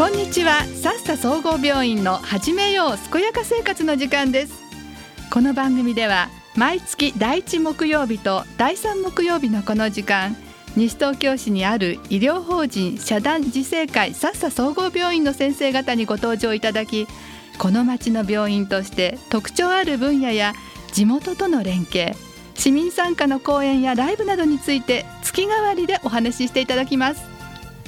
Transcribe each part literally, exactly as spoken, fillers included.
こんにちは。さっさ総合病院の始めよう健やか生活の時間です。この番組では毎月だいいち木曜日とだいさん木曜日のこの時間、西東京市にある医療法人社団自生会さっさ総合病院の先生方にご登場いただき、この町の病院として特徴ある分野や地元との連携、市民参加の講演やライブなどについて月替わりでお話ししていただきます。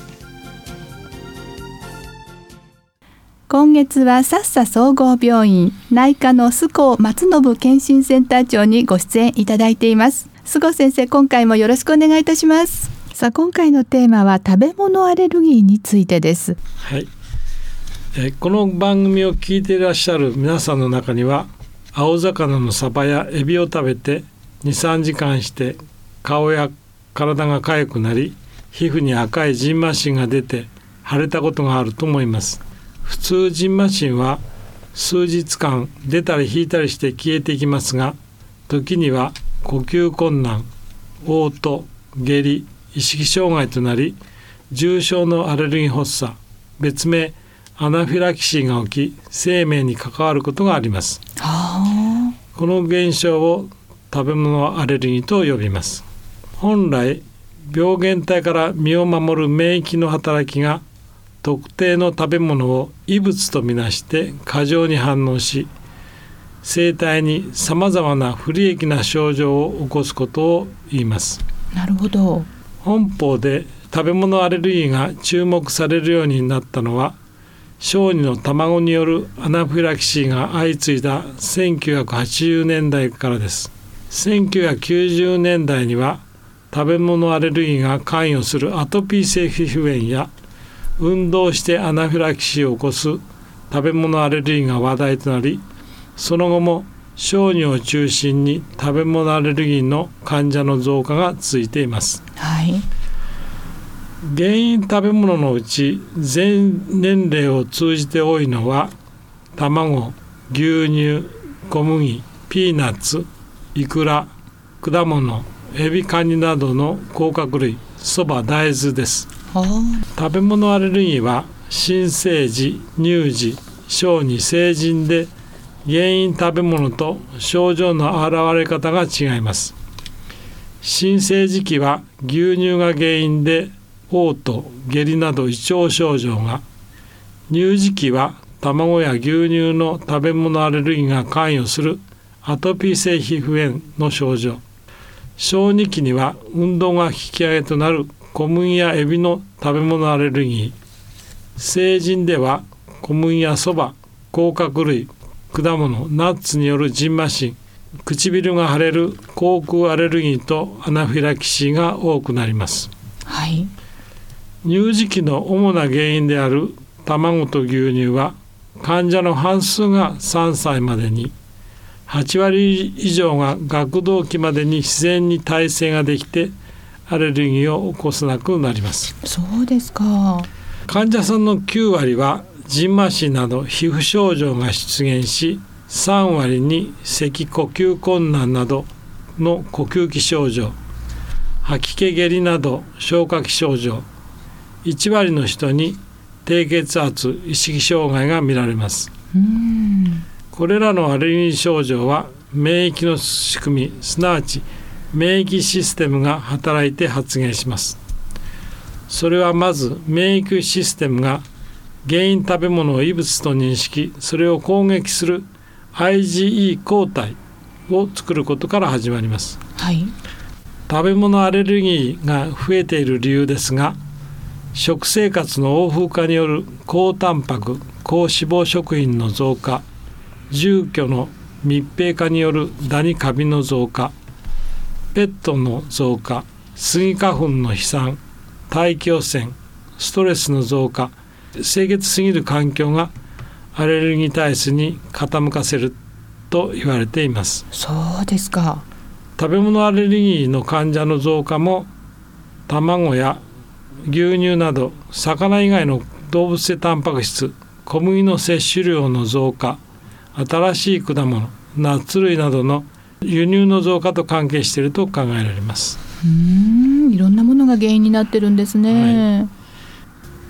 今月はさっさ総合病院内科の須郷松信健診センター長にご出演いただいています。須郷先生、今回もよろしくお願いいたします。さあ、今回のテーマは食べ物アレルギーについてです。 はい、えこの番組を聞いていらっしゃる皆さんの中には、青魚のサバやエビを食べて にさんじかんして顔や体が痒くなり、皮膚に赤いじんましんが出て腫れたことがあると思います。普通じんましんは数日間出たり引いたりして消えていきますが、時には呼吸困難、嘔吐、下痢、意識障害となり、重症のアレルギー発作、別名アナフィラキシーが起き、生命に関わることがあります。この現象を食べ物アレルギーと呼びます。本来、病原体から身を守る免疫の働きが特定の食べ物を異物とみなして過剰に反応し、生体にさまざまな不利益な症状を起こすことを言います。 なるほど。 本邦で食べ物アレルギーが注目されるようになったのは、小児の卵によるアナフィラキシーが相次いだせんきゅうひゃくはちじゅうねんだいからです。せんきゅうひゃくきゅうじゅうねんだいには食べ物アレルギーが関与するアトピー性皮膚炎や運動してアナフィラキシーを起こす食べ物アレルギーが話題となり、その後も小児を中心に食べ物アレルギーの患者の増加が続いています。 はい、 原因食べ物のうち全年齢を通じて多いのは、卵、牛乳、小麦、ピーナッツ、イクラ、果物、エビ、カニなどの甲殻類、そば、大豆です。食べ物アレルギーは新生児、乳児、小児、成人で原因食べ物と症状の現れ方が違います。新生児期は牛乳が原因で嘔吐、下痢など胃腸症状が、乳児期は卵や牛乳の食べ物アレルギーが関与するアトピー性皮膚炎の症状、小児期には運動が引き上げとなる小麦やエビの食べ物アレルギー、成人では小麦やそば、甲殻類、果物、ナッツによるじんましん、唇が腫れる口腔アレルギーとアナフィラキシーが多くなります。 はい、 乳児期の主な原因である卵と牛乳は、患者の半数がさんさいまでに、はちわり以上が学童期までに自然に耐性ができてアレルギーを起こさなくなります。 そうですか。 患者さんのきゅうわりはじんましんなど皮膚症状が出現し、さんわりに咳、呼吸困難などの呼吸器症状、吐き気、下痢など消化器症状、いちわりの人に低血圧、意識障害が見られます。 うーんこれらのアレルギー症状は免疫の仕組み、すなわち免疫システムが働いて発現します。それはまず免疫システムが原因食べ物を異物と認識、それを攻撃する アイジーイー 抗体を作ることから始まります。 はい、 食べ物アレルギーが増えている理由ですが、食生活の欧風化による高タンパク、高脂肪食品の増加、住居の密閉化によるダニカビの増加、ペットの増加、スギ花粉の飛散、大気汚染、ストレスの増加、清潔すぎる環境がアレルギー体質に傾かせると言われています。 そうですか。 食べ物アレルギーの患者の増加も、卵や牛乳など魚以外の動物性タンパク質、小麦の摂取量の増加、新しい果物、ナッツ類などの輸入の増加と関係していると考えられます。 うーんいろんなものが原因になってるんですね。 はい、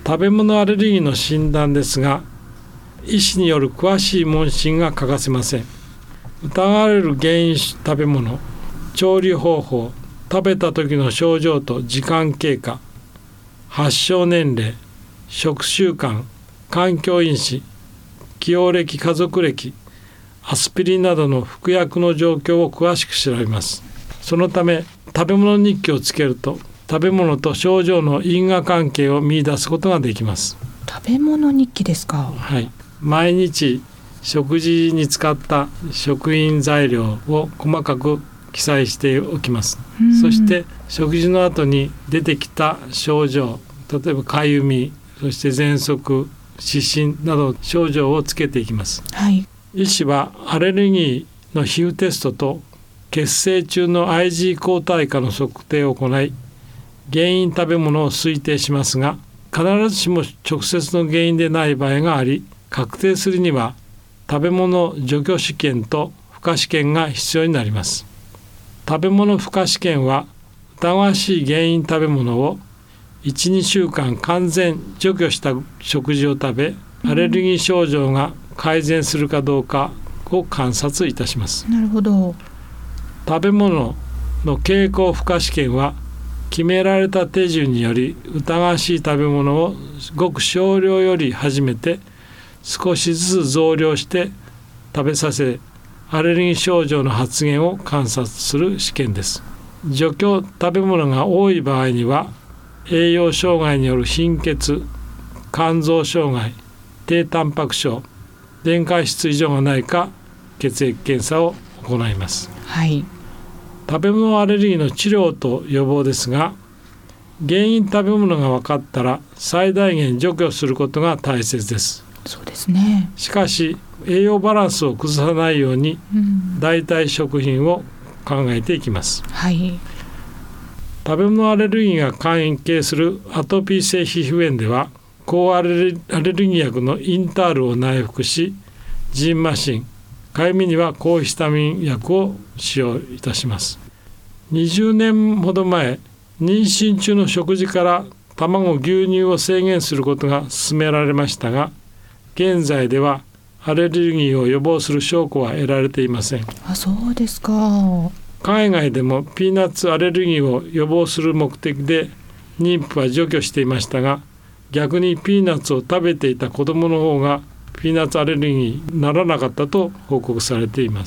食べ物アレルギーの診断ですが、医師による詳しい問診が欠かせません。疑われる原因食べ物、調理方法、食べた時の症状と時間経過、発症年齢、食習慣、環境因子、起用歴、家族歴、アスピリンなどの服薬の状況を詳しく調べます。そのため食べ物日記をつけると、食べ物と症状の因果関係を見出すことができます。 食べ物日記ですか。 はい、毎日食事に使った食品材料を細かく記載しておきます。そして食事の後に出てきた症状、例えばかゆみ、そして喘息、湿疹など症状をつけていきます。 はい、 医師はアレルギーの皮膚テストと血清中の アイジー 抗体価の測定を行い、原因食べ物を推定しますが、必ずしも直接の原因でない場合があり、確定するには食べ物除去試験と負荷試験が必要になります。食べ物負荷試験は、疑わしい原因食べ物をいち、にしゅうかん完全除去した食事を食べ、アレルギー症状が改善するかどうかを観察いたします。 なるほど。 食べ物の経口負荷試験は、決められた手順により疑わしい食べ物をごく少量より始めて、少しずつ増量して食べさせ、アレルギー症状の発現を観察する試験です。除去食べ物が多い場合には、栄養障害による貧血、肝臓障害、低タンパク症、電解質異常がないか血液検査を行います。 はい、 食べ物アレルギーの治療と予防ですが、原因食べ物が分かったら最大限除去することが大切です。 そうですね。 しかし栄養バランスを崩さないように、うん、代替食品を考えていきます。 はい、 食べ物アレルギーが関係するアトピー性皮膚炎では、抗アレルギー薬のインタールを内服し、ジンマシン、かゆみには抗ヒスタミン薬を使用いたします。にじゅうねんほど前、妊娠中の食事から卵、牛乳を制限することが勧められましたが、現在ではアレルギーを予防する証拠は得られていません。 あ、そうですか。 海外でもピーナッツアレルギーを予防する目的で妊婦は除去していましたが、逆にピーナッツを食べていた子どもの方がピーナッツアレルギーにならなかったと報告されています。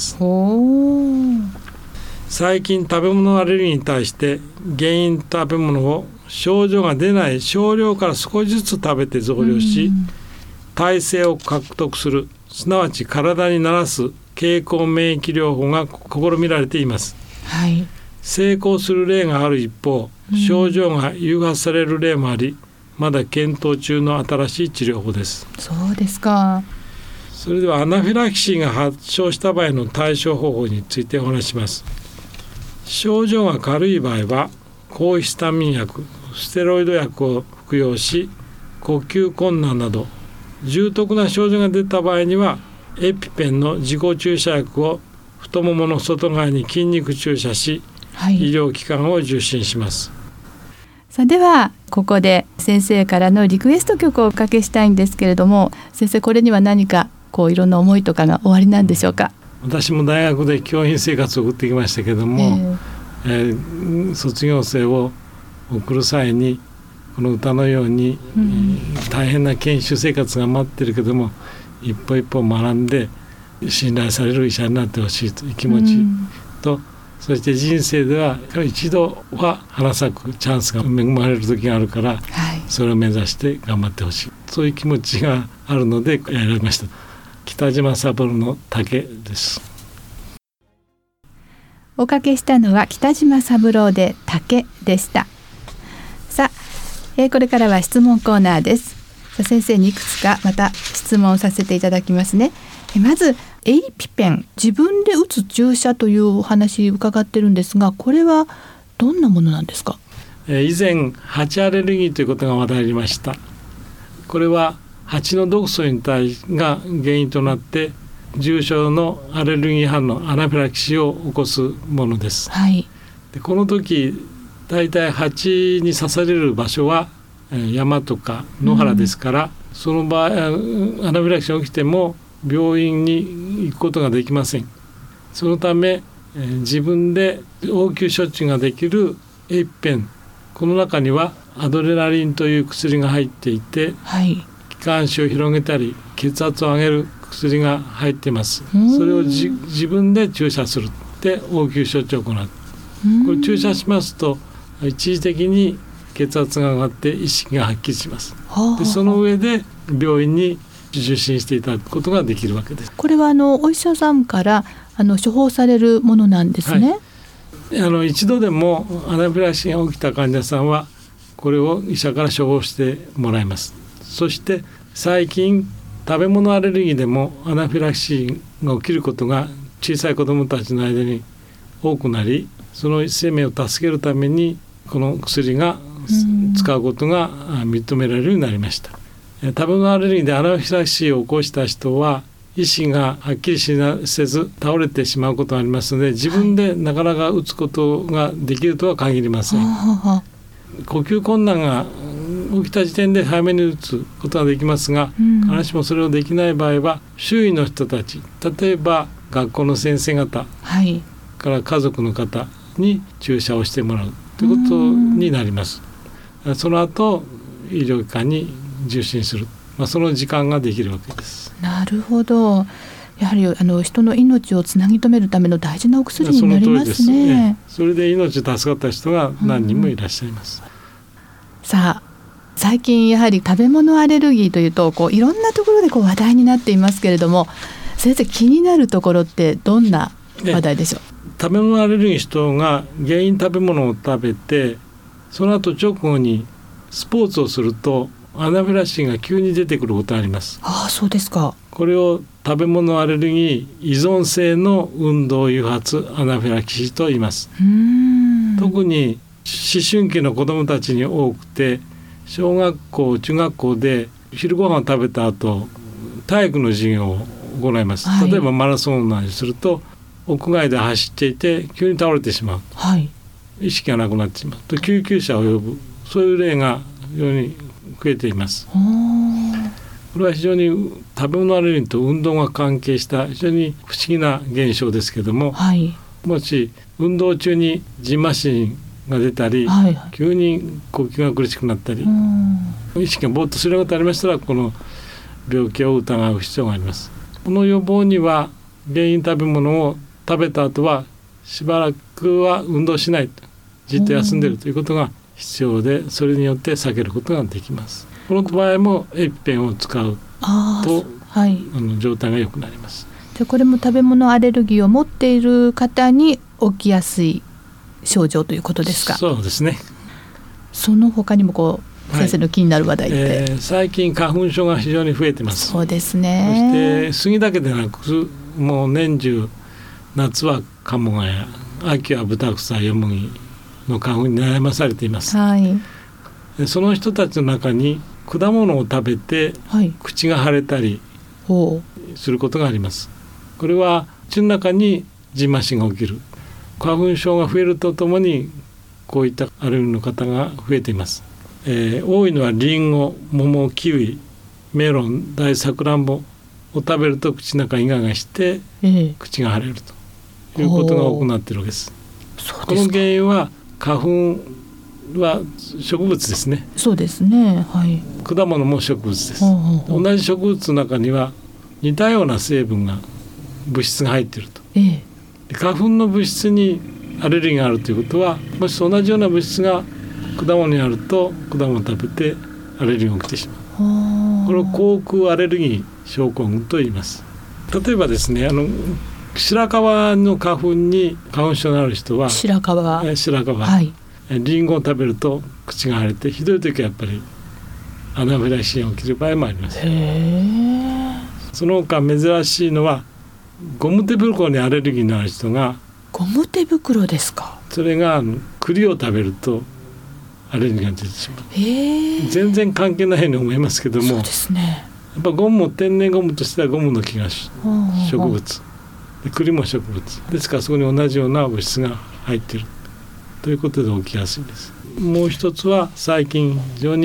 最近食べ物アレルギーに対して原因食べ物を症状が出ない少量から少しずつ食べて増量し、耐性を獲得する、すなわち体に慣らす経口免疫療法が試みられています。 はい、 成功する例がある一方、症状が誘発される例もあり、まだ検討中の新しい治療法です。 そうですか。 それではアナフィラキシーが発症した場合の対処方法についてお話します。症状が軽い場合は抗ヒスタミン薬、ステロイド薬を服用し、呼吸困難など重篤な症状が出た場合にはエピペンの自己注射薬を太ももの外側に筋肉注射し、はい、医療機関を受診します。 さあ、ではここで先生からのリクエスト曲をおかけしたいんですけれども、先生、これには何かこういろんな思いとかがおありなんでしょうか。 私も大学で教員生活を送ってきましたけども、えーえー、卒業生を送る際にこの歌のように、うん、大変な研修生活が待ってるけども、一歩一歩学んで信頼される医者になってほしいという気持ちと、うん、そして人生では一度は花咲くチャンスが恵まれる時があるから、はい、それを目指して頑張ってほしい、そういう気持ちがあるのでやりました。北島三郎の竹です。 おかけしたのは北島三郎で竹でした。さあ、えー、これからは質問コーナーです。さあ、先生にいくつかまた質問させていただきますね。えまずエイピペン、自分で打つ注射というお話伺ってるんですが、これはどんなものなんですか。 えー、以前蜂アレルギーということが話題になりました。これは蜂の毒素に対が原因となって重症のアレルギー反応、アナフィラキシーを起こすものです。 はい、 でこの時だいたい蜂に刺される場所は山とか野原ですから、うん、その場合アナフィラキシーが起きても病院に行くことができません。そのため自分で応急処置ができるエイペン、この中にはアドレナリンという薬が入っていて、はい、気管支を広げたり血圧を上げる薬が入っています。それをじ自分で注射するで応急処置を行う。これ注射しますと一時的に血圧が上がって意識がはっきりします。でその上で病院に受診していただくことができるわけです。 これはあのお医者さんからあの処方されるものなんですね。 はい、あの一度でもアナフィラキシーが起きた患者さんはこれを医者から処方してもらいます。そして最近食べ物アレルギーでもアナフィラキシーが起きることが小さい子どもたちの間に多くなり、その生命を助けるためにこの薬が使うことが認められるようになりました。食べ物アレルギーでアナフィラキシーを起こした人は意識がはっきりしなせず倒れてしまうことがありますので、自分でなかなか打つことができるとは限りません。はい、呼吸困難が起きた時点で早めに打つことができますが、うん、必ずしもそれをできない場合は周囲の人たち、例えば学校の先生方、はい、から家族の方に注射をしてもらうということになります。その後医療機関に受診する、まあ、その時間ができるわけです。 なるほど。やはりあの人の命をつなぎ止めるための大事なお薬になりますね。 それで命助かった人が何人もいらっしゃいます。 うん、さあ最近やはり食べ物アレルギーというとこういろんなところでこう話題になっていますけれども、先生気になるところってどんな話題でしょう。 食べ物アレルギーの人が原因食べ物を食べてその後直後にスポーツをするとアナフィラキシーが急に出てくることがあります。 ああ、そうですか。 これを食べ物アレルギー依存性の運動誘発アナフィラキシーと言います。うーん、特に思春期の子どもたちに多くて、小学校中学校で昼ご飯を食べた後体育の授業を行います。はい、例えばマラソンなんにすると屋外で走っていて急に倒れてしまう、はい、意識がなくなってしまうと救急車を呼ぶ、そういう例が非常に増えています。これは非常に食べ物アレルギーと運動が関係した非常に不思議な現象ですけども、はい、もし運動中にジンマシンが出たり、はい、急に呼吸が苦しくなったり意識がぼーっとするようなことがありましたらこの病気を疑う必要があります。この予防には原因食べ物を食べた後はしばらくは運動しないと、じっと休んでいるということが必要で、それによって避けることができます。この場合もエピペンを使うと、はい、あの状態が良くなります。 でこれも食べ物アレルギーを持っている方に起きやすい症状ということですか。 そうですね。 その他にもこう先生の気になる話題って、はい、えー、最近花粉症が非常に増えてます。 そうですね。 そして杉だけでなくもう年中夏はカモガヤ、秋はブタクサ、ヨモギの花粉に悩まされています。はい、その人たちの中に果物を食べて口が腫れたりすることがあります。これは口の中にジンマシンが起きる、花粉症が増えるとともにこういったアレルギーの方が増えています。えー、多いのはリンゴ、桃、キウイ、メロン、大さくらんぼを食べると口の中イガイガして、えー、口が腫れるということが多くなっているわけです。この原因は花粉は植物ですね。 そうですね、はい、 果物も植物です。ほうほうほう。同じ植物の中には似たような成分が物質が入っていると、ええ、花粉の物質にアレルギーがあるということは、もし同じような物質が果物にあると果物を食べてアレルギーが起きてしまう。これを口腔アレルギー症候群と言います。例えばですね、あの白樺の花粉に花粉症のある人は白樺、 え白樺、はい、リンゴを食べると口が腫れて、ひどい時はやっぱりアナフィラキシーが起きる場合もあります。へー。その他珍しいのはゴム手袋にアレルギーのある人が。 ゴム手袋ですか。 それが栗を食べるとアレルギーが出てしまう。へー。全然関係ないように思いますけども、 そうですね、 やっぱゴムも天然ゴムとしてはゴムの木が植物で、栗も植物ですから、そこに同じような物質が入っているということで起きやすいです。もう一つは最近非常に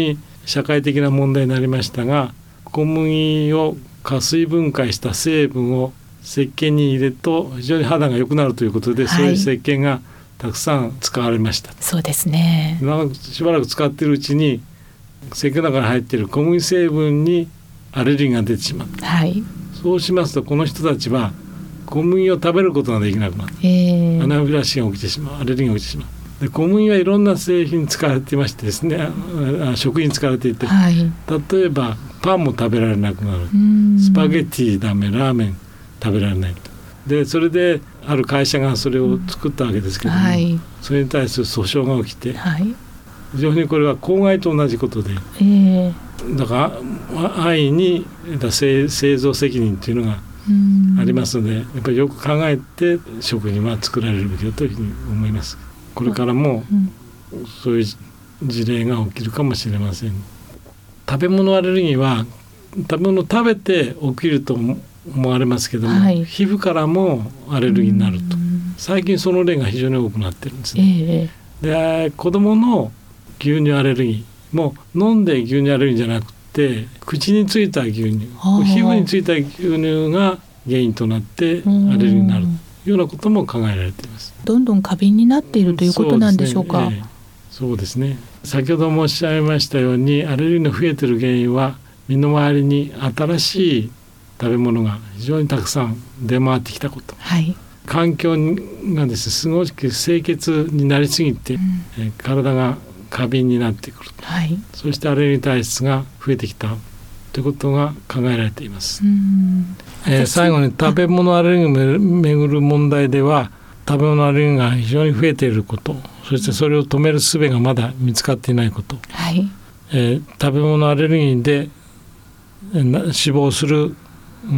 社会的な問題になりましたが、小麦を加水分解した成分を石鹸に入れると非常に肌が良くなるということで、はい、そういう石鹸がたくさん使われました。 そうですね。 しばらく使っているうちに石鹸の中に入っている小麦成分にアレルギーが出てしまう、はい、そうしますとこの人たちは小麦を食べることができなくなる、えー、アナフィラキシーが起きてしまう、アレルギーが起きてしまう。で小麦はいろんな製品に使われていましてですね、食品に使われていて、はい、例えばパンも食べられなくなる、スパゲティダメ、ラーメン食べられないと。でそれである会社がそれを作ったわけですけども、はい、それに対する訴訟が起きて、はい、非常にこれは公害と同じことで、えー、だから安易に製造責任というのがありますので、やっぱりよく考えて食品は作られるべきだというふうに思います。これからもそういう事例が起きるかもしれません。食べ物アレルギーは食べ物を食べて起きると思われますけども、はい、皮膚からもアレルギーになると。最近その例が非常に多くなってるんですね、えー、で子どもの牛乳アレルギーも飲んで牛乳アレルギーじゃなくて口についた牛乳、皮膚についた牛乳が原因となってアレルギーになるというようなことも考えられています。 どんどん過敏になっているということなんでしょうか。 そうですね、えー、そうですね。先ほど申し上げましたようにアレルギーの増えている原因は身の回りに新しい食べ物が非常にたくさん出回ってきたこと、はい、環境がですねすごく清潔になりすぎて、うんえー、体が過敏になってくる、はい、そしてアレルギー体質が増えてきたということが考えられています。うんえー、最後に食べ物アレルギーをめぐる問題では食べ物アレルギーが非常に増えていること、そしてそれを止める術がまだ見つかっていないこと、はいえー、食べ物アレルギーで死亡する、うん、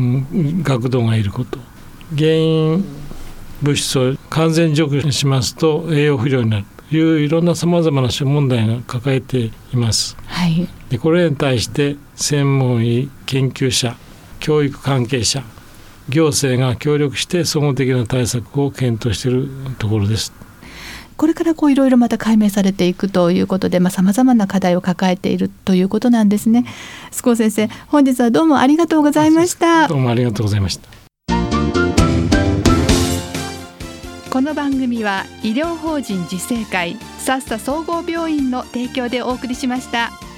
学童がいること、原因物質を完全除去しますと栄養不良になるといういろんなさまざまな諸問題が抱えています、はい、でこれに対して専門医、研究者、教育関係者、行政が協力して総合的な対策を検討しているところです。 これからこういろいろまた解明されていくということで、さまざ、まな課題を抱えているということなんですね。須藤先生、本日はどうもありがとうございました。 どうもありがとうございました。 この番組は医療法人自生会さっさ総合病院の提供でお送りしました。